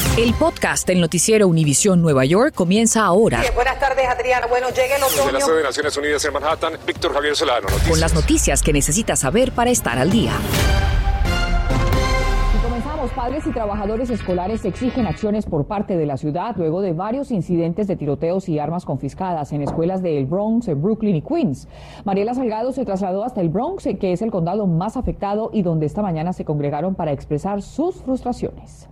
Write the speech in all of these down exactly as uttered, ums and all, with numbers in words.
El podcast del noticiero Univisión Nueva York comienza ahora. Bien, buenas tardes, Adriana. Bueno, llega el otoño. Desde la sede de Naciones Unidas en Manhattan, Víctor Javier Solano. Noticias. Con las noticias que necesitas saber para estar al día. Y comenzamos. Padres y trabajadores escolares exigen acciones por parte de la ciudad luego de varios incidentes de tiroteos y armas confiscadas en escuelas de El Bronx, Brooklyn y Queens. Mariela Salgado se trasladó hasta el Bronx, que es el condado más afectado y donde esta mañana se congregaron para expresar sus frustraciones.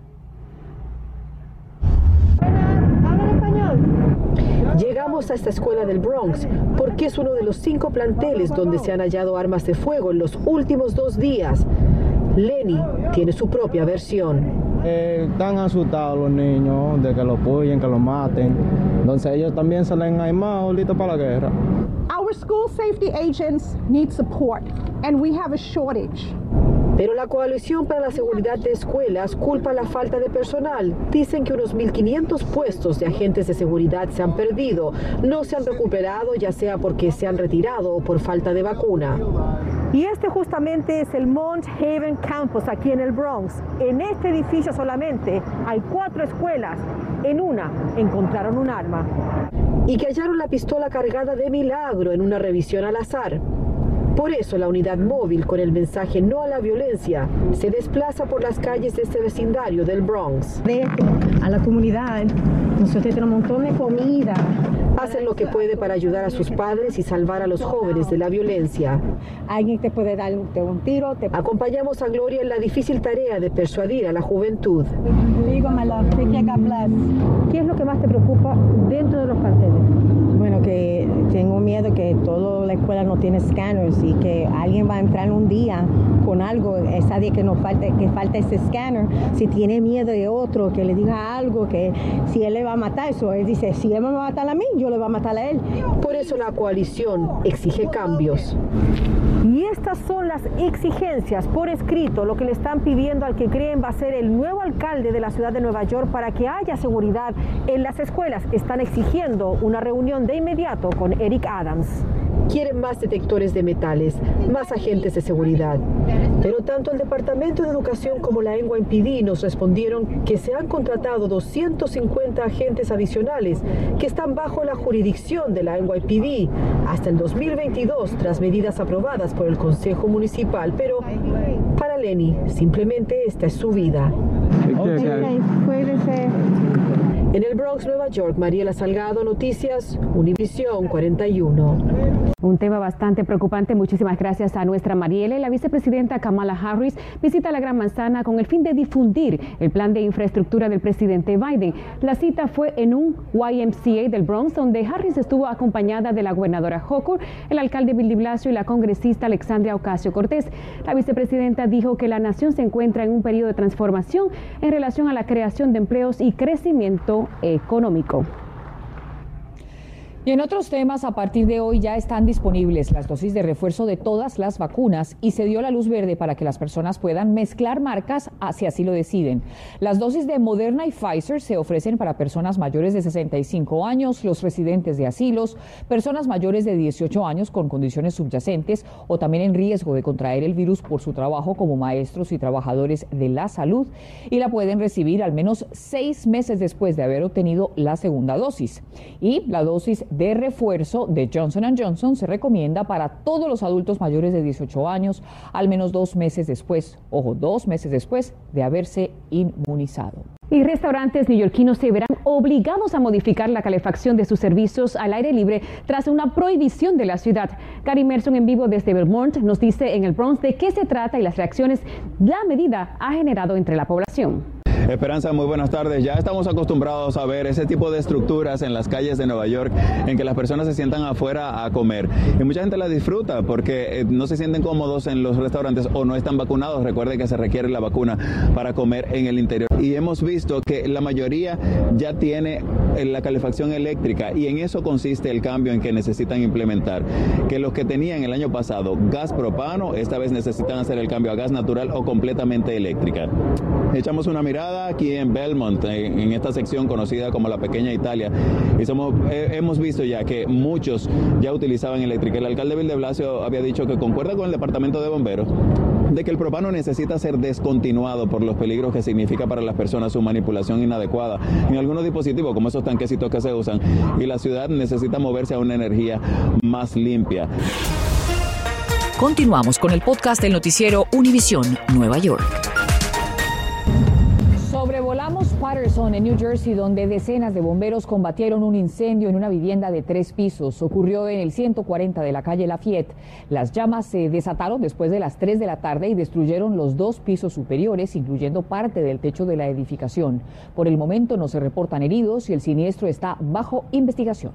Llegamos a esta escuela del Bronx porque es uno de los cinco planteles donde se han hallado armas de fuego en los últimos dos días. Lenny tiene su propia versión. Eh, están asustados los niños de que los puyen, que los maten. Entonces ellos también salen armados, listos para la guerra. Our school safety agents need support and we have a shortage. Pero la Coalición para la Seguridad de Escuelas culpa la falta de personal. Dicen que unos mil quinientos puestos de agentes de seguridad se han perdido. No se han recuperado, ya sea porque se han retirado o por falta de vacuna. Y este justamente es el Mount Haven Campus aquí en el Bronx. En este edificio solamente hay cuatro escuelas. En una encontraron un arma. Y que hallaron la pistola cargada de milagro en una revisión al azar. Por eso la unidad móvil con el mensaje no a la violencia se desplaza por las calles de este vecindario del Bronx. A la comunidad, nosotros tenemos un montón de comida. Hacen lo que puede para ayudar a sus padres y salvar a los jóvenes de la violencia. Alguien te puede dar un tiro. Te... Acompañamos a Gloria en la difícil tarea de persuadir a la juventud. ¿Qué es lo que más te preocupa dentro de los carteles? Bueno, que tengo miedo que toda la escuela no tiene scanners y que alguien va a entrar un día con algo, ese día que nos falta, que falta ese scanner, si tiene miedo de otro, que le diga algo, que si él le va a matar, eso él dice, si él me va a matar a mí, yo le voy a matar a él. Por eso la coalición exige cambios. Y estas son las exigencias por escrito, lo que le están pidiendo al que creen va a ser el nuevo alcalde de la ciudad de Nueva York para que haya seguridad en las escuelas. Están exigiendo una reunión de inmediato con Eric Adams. Quieren más detectores de metales, más agentes de seguridad. Pero tanto el Departamento de Educación como la N Y P D nos respondieron que se han contratado doscientos cincuenta agentes adicionales que están bajo la jurisdicción de la N Y P D hasta el dos mil veintidós tras medidas aprobadas por el Consejo Municipal. Pero para Lenny, simplemente esta es su vida. Okay, puede ser. En el Bronx, Nueva York, Mariela Salgado, Noticias, Univisión cuarenta y uno. Un tema bastante preocupante. Muchísimas gracias a nuestra Mariela. La vicepresidenta Kamala Harris visita la Gran Manzana con el fin de difundir el plan de infraestructura del presidente Biden. La cita fue en un Y M C A del Bronx, donde Harris estuvo acompañada de la gobernadora Hochul, el alcalde Bill de Blasio y la congresista Alexandria Ocasio-Cortez. La vicepresidenta dijo que la nación se encuentra en un periodo de transformación en relación a la creación de empleos y crecimiento económico. Y en otros temas, a partir de hoy ya están disponibles las dosis de refuerzo de todas las vacunas y se dio la luz verde para que las personas puedan mezclar marcas si así lo deciden. Las dosis de Moderna y Pfizer se ofrecen para personas mayores de sesenta y cinco años, los residentes de asilos, personas mayores de dieciocho años con condiciones subyacentes o también en riesgo de contraer el virus por su trabajo como maestros y trabajadores de la salud, y la pueden recibir al menos seis meses después de haber obtenido la segunda dosis. Y la dosis de refuerzo de Johnson and Johnson se recomienda para todos los adultos mayores de dieciocho años al menos dos meses después, ojo, dos meses después de haberse inmunizado. Y restaurantes neoyorquinos se verán obligados a modificar la calefacción de sus servicios al aire libre tras una prohibición de la ciudad. Gary Merson en vivo desde Vermont nos dice en el Bronx de qué se trata y las reacciones la medida ha generado entre la población. Esperanza, muy buenas tardes. Ya estamos acostumbrados a ver ese tipo de estructuras en las calles de Nueva York en que las personas se sientan afuera a comer. Y mucha gente la disfruta porque no se sienten cómodos en los restaurantes o no están vacunados. Recuerde que se requiere la vacuna para comer en el interior. Y hemos visto que la mayoría ya tiene la calefacción eléctrica y en eso consiste el cambio en que necesitan implementar. Que los que tenían el año pasado gas propano, esta vez necesitan hacer el cambio a gas natural o completamente eléctrica. Echamos una mirada aquí en Belmont, en, en esta sección conocida como la Pequeña Italia, y somos, eh, hemos visto ya que muchos ya utilizaban eléctrica. El alcalde Bill de Blasio había dicho que concuerda con el departamento de bomberos de que el propano necesita ser descontinuado por los peligros que significa para las personas su manipulación inadecuada en algunos dispositivos como esos tanquecitos que se usan, y la ciudad necesita moverse a una energía más limpia. Continuamos con el podcast del noticiero Univisión Nueva York. Sobrevolamos Paterson, en New Jersey, donde decenas de bomberos combatieron un incendio en una vivienda de tres pisos. Ocurrió en el ciento cuarenta de la calle Lafayette. Las llamas se desataron después de las tres de la tarde y destruyeron los dos pisos superiores, incluyendo parte del techo de la edificación. Por el momento no se reportan heridos y el siniestro está bajo investigación.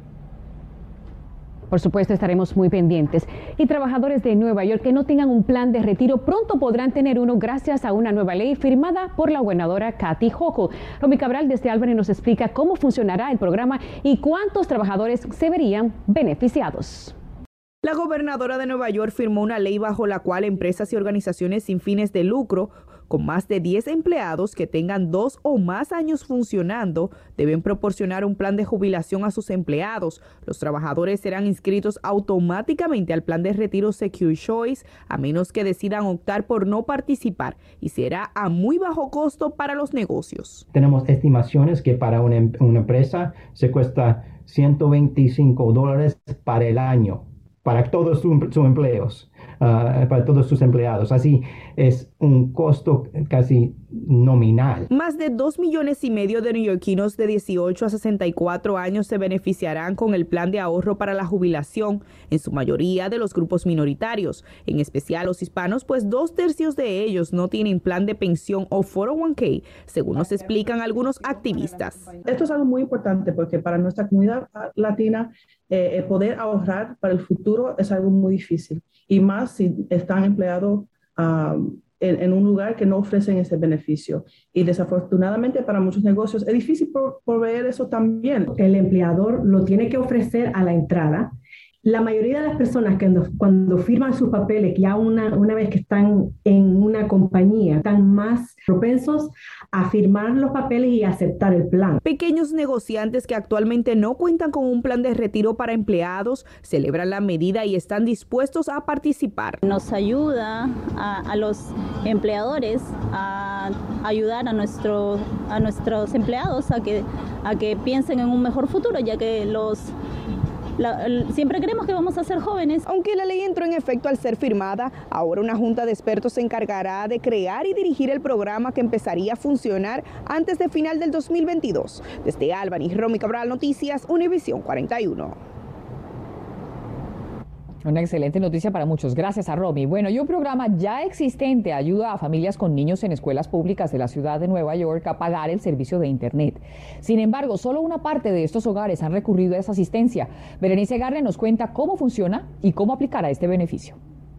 Por supuesto, estaremos muy pendientes. Y trabajadores de Nueva York que no tengan un plan de retiro pronto podrán tener uno gracias a una nueva ley firmada por la gobernadora Kathy Hochul. Romy Cabral desde Albany nos explica cómo funcionará el programa y cuántos trabajadores se verían beneficiados. La gobernadora de Nueva York firmó una ley bajo la cual empresas y organizaciones sin fines de lucro con más de diez empleados que tengan dos o más años funcionando deben proporcionar un plan de jubilación a sus empleados. Los trabajadores serán inscritos automáticamente al plan de retiro Secure Choice a menos que decidan optar por no participar, y será a muy bajo costo para los negocios. Tenemos estimaciones que para una, una empresa se cuesta ciento veinticinco dólares para el año, para todos sus su empleos, uh, para todos sus empleados. Así es un costo casi nominal. Más de dos millones y medio de neoyorquinos de dieciocho a sesenta y cuatro años se beneficiarán con el plan de ahorro para la jubilación, en su mayoría de los grupos minoritarios, en especial los hispanos, pues dos tercios de ellos no tienen plan de pensión o cuatro oh uno k, según nos explican algunos activistas. Esto es algo muy importante porque para nuestra comunidad latina eh, poder ahorrar para el futuro es algo muy difícil, y más si están empleados um, en, en un lugar que no ofrecen ese beneficio. Y desafortunadamente para muchos negocios es difícil por, proveer eso también. El empleador lo tiene que ofrecer a la entrada. La mayoría de las personas que cuando, cuando firman sus papeles, ya una, una vez que están en una compañía, están más propensos a firmar los papeles y aceptar el plan. Pequeños negociantes que actualmente no cuentan con un plan de retiro para empleados celebran la medida y están dispuestos a participar. Nos ayuda a, a los empleadores a ayudar a, nuestro, a nuestros empleados a que, a que piensen en un mejor futuro, ya que los... La, el, siempre creemos que vamos a ser jóvenes. Aunque la ley entró en efecto al ser firmada, ahora una junta de expertos se encargará de crear y dirigir el programa que empezaría a funcionar antes de final del dos mil veintidós. Desde Albany, Romy Cabral, Noticias, Univisión cuarenta y uno. Una excelente noticia para muchos. Gracias a Romy. Bueno, y un programa ya existente ayuda a familias con niños en escuelas públicas de la ciudad de Nueva York a pagar el servicio de Internet. Sin embargo, solo una parte de estos hogares han recurrido a esa asistencia. Berenice Garre nos cuenta cómo funciona y cómo aplicar a este beneficio.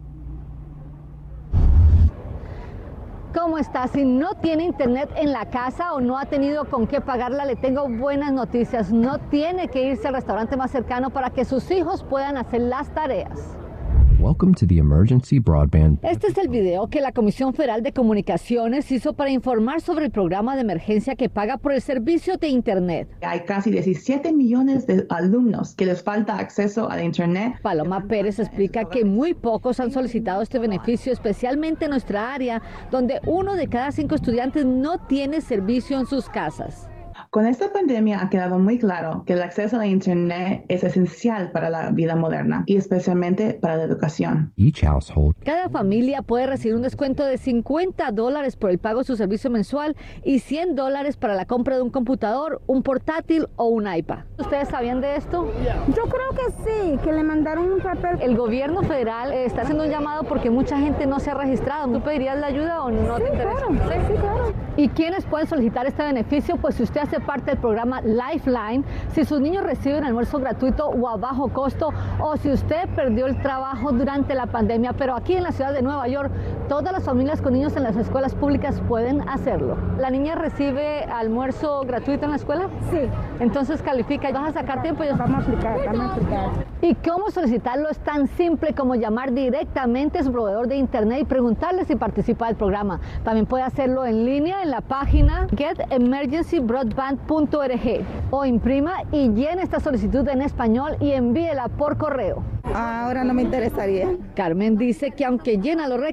¿Cómo está? Si no tiene internet en la casa o no ha tenido con qué pagarla, le tengo buenas noticias. No tiene que irse al restaurante más cercano para que sus hijos puedan hacer las tareas. Welcome to the Emergency Broadband. Este es el video que la Comisión Federal de Comunicaciones hizo para informar sobre el programa de emergencia que paga por el servicio de Internet. Hay casi diecisiete millones de alumnos que les falta acceso al Internet. Paloma Pérez explica que muy pocos han solicitado este beneficio, especialmente en nuestra área, donde uno de cada cinco estudiantes no tiene servicio en sus casas. Con esta pandemia ha quedado muy claro que el acceso a Internet es esencial para la vida moderna y especialmente para la educación. Each household. Cada familia puede recibir un descuento de cincuenta dólares por el pago de su servicio mensual y cien dólares para la compra de un computador, un portátil o un iPad. ¿Ustedes sabían de esto? Yo creo que sí, que le mandaron un papel. El gobierno federal está haciendo un llamado porque mucha gente no se ha registrado. ¿Tú pedirías la ayuda o no sí, te interesa? Claro. Sí, sí, claro. ¿Y quiénes pueden solicitar este beneficio? Pues si usted hace parte del programa Lifeline, si sus niños reciben almuerzo gratuito o a bajo costo, o si usted perdió el trabajo durante la pandemia. Pero aquí en la ciudad de Nueva York, todas las familias con niños en las escuelas públicas pueden hacerlo. ¿La niña recibe almuerzo gratuito en la escuela? Sí. Entonces califica. ¿Vas a sacar tiempo? Vamos a aplicar, vamos a aplicar. ¿Y cómo solicitarlo? Es tan simple como llamar directamente a su proveedor de Internet y preguntarle si participa del programa. También puede hacerlo en línea en la página get emergency broadband punto org o imprima y llene esta solicitud en español y envíela por correo. Ahora no me interesaría. Carmen dice que aunque llena los requisitos,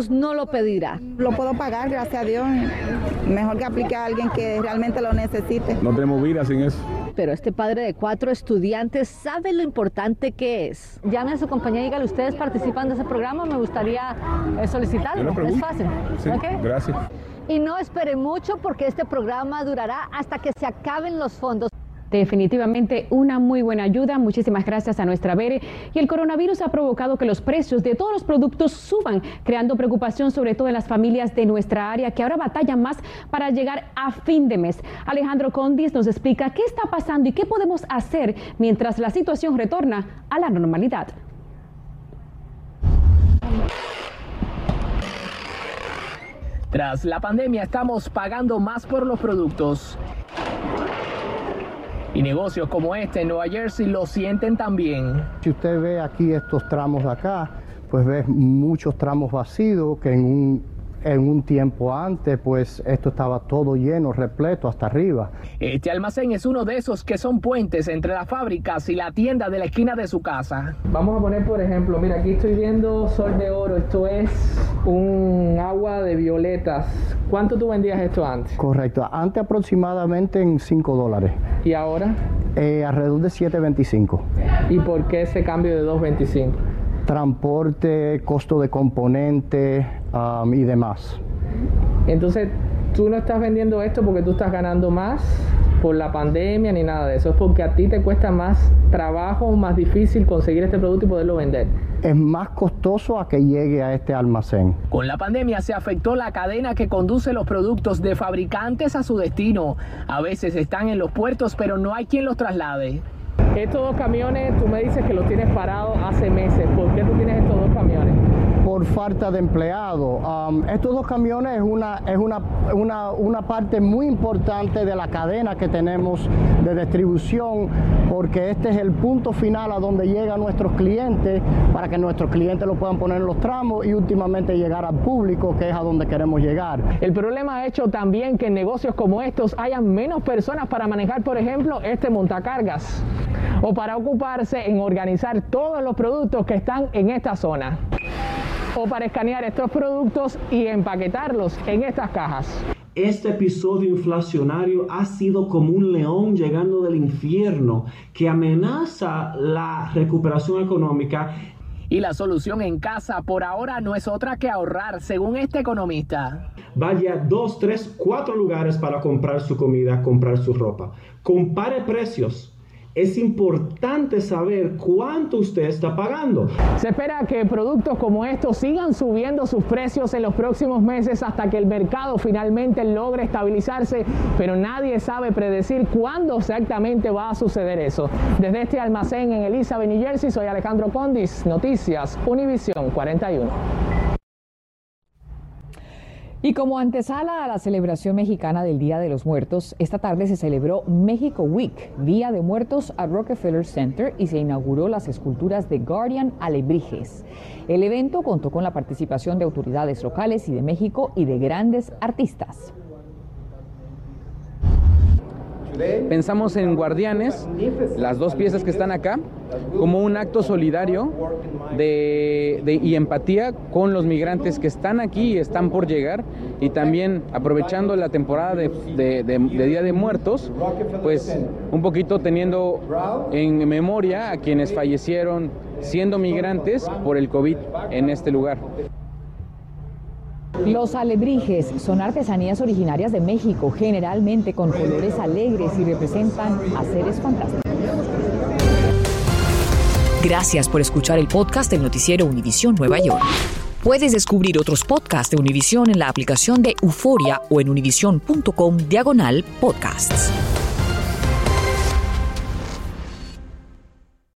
productos no lo pedirá. Lo puedo pagar, gracias a Dios. Mejor que aplique a alguien que realmente lo necesite. No tenemos vida sin eso. Pero este padre de cuatro estudiantes sabe lo importante que es. Llame a su compañía y dígale, ¿ustedes participan de ese programa? Me gustaría eh, solicitarlo. Es fácil. Sí, ¿Okay? Gracias. Y no espere mucho porque este programa durará hasta que se acaben los fondos. Definitivamente una muy buena ayuda. Muchísimas gracias a nuestra Bere. Y el coronavirus ha provocado que los precios de todos los productos suban, creando preocupación sobre todo en las familias de nuestra área que ahora batallan más para llegar a fin de mes. Alejandro Condis nos explica qué está pasando y qué podemos hacer mientras la situación retorna a la normalidad. Tras la pandemia estamos pagando más por los productos. Y negocios como este en Nueva Jersey lo sienten también. Si usted ve aquí estos tramos de acá, pues ve muchos tramos vacíos que en un, en un tiempo antes, pues esto estaba todo lleno, repleto hasta arriba. Este almacén es uno de esos que son puentes entre las fábricas y la tienda de la esquina de su casa. Vamos a poner, por ejemplo, mira, aquí estoy viendo Sol de Oro. Esto es un agua de violetas. ¿Cuánto tú vendías esto antes? Correcto, antes aproximadamente en cinco dólares. ¿Y ahora? Eh, alrededor de siete veinticinco. ¿Y por qué ese cambio de dos veinticinco? Transporte, costo de componente um, y demás. Entonces, tú no estás vendiendo esto porque tú estás ganando más por la pandemia ni nada de eso. Es porque a ti te cuesta más trabajo, más difícil conseguir este producto y poderlo vender. Es más costoso a que llegue a este almacén. Con la pandemia se afectó la cadena que conduce los productos de fabricantes a su destino. A veces están en los puertos, pero no hay quien los traslade. Estos dos camiones, tú me dices que los tienes parados hace meses. ¿Por qué tú tienes estos dos camiones? Por falta de empleado. Um, estos dos camiones es, una, es una, una, una parte muy importante de la cadena que tenemos de distribución, porque este es el punto final a donde llegan nuestros clientes, para que nuestros clientes lo puedan poner en los tramos y últimamente llegar al público, que es a donde queremos llegar. El problema ha hecho también que en negocios como estos hayan menos personas para manejar, por ejemplo, este montacargas, o para ocuparse en organizar todos los productos que están en esta zona, o para escanear estos productos y empaquetarlos en estas cajas. Este episodio inflacionario ha sido como un león llegando del infierno que amenaza la recuperación económica. Y la solución en casa por ahora no es otra que ahorrar, según este economista. Vaya a dos, tres, cuatro lugares para comprar su comida, comprar su ropa. Compare precios. Es importante saber cuánto usted está pagando. Se espera que productos como estos sigan subiendo sus precios en los próximos meses hasta que el mercado finalmente logre estabilizarse, pero nadie sabe predecir cuándo exactamente va a suceder eso. Desde este almacén en Elizabeth, New Jersey, soy Alejandro Condis, Noticias Univisión cuarenta y uno. Y como antesala a la celebración mexicana del Día de los Muertos, esta tarde se celebró México Week, Día de Muertos at Rockefeller Center, y se inauguró las esculturas de Guardian Alebrijes. El evento contó con la participación de autoridades locales y de México y de grandes artistas. Pensamos en Guardianes, las dos piezas que están acá, como un acto solidario de, de, y empatía con los migrantes que están aquí y están por llegar, y también aprovechando la temporada de, de, de, de Día de Muertos, pues un poquito teniendo en memoria a quienes fallecieron siendo migrantes por el COVID en este lugar. Los alebrijes son artesanías originarias de México, generalmente con colores alegres, y representan a seres fantásticos. Gracias por escuchar el podcast del noticiero Univisión Nueva York. Puedes descubrir otros podcasts de Univisión en la aplicación de Euforia o en univision punto com diagonal podcasts.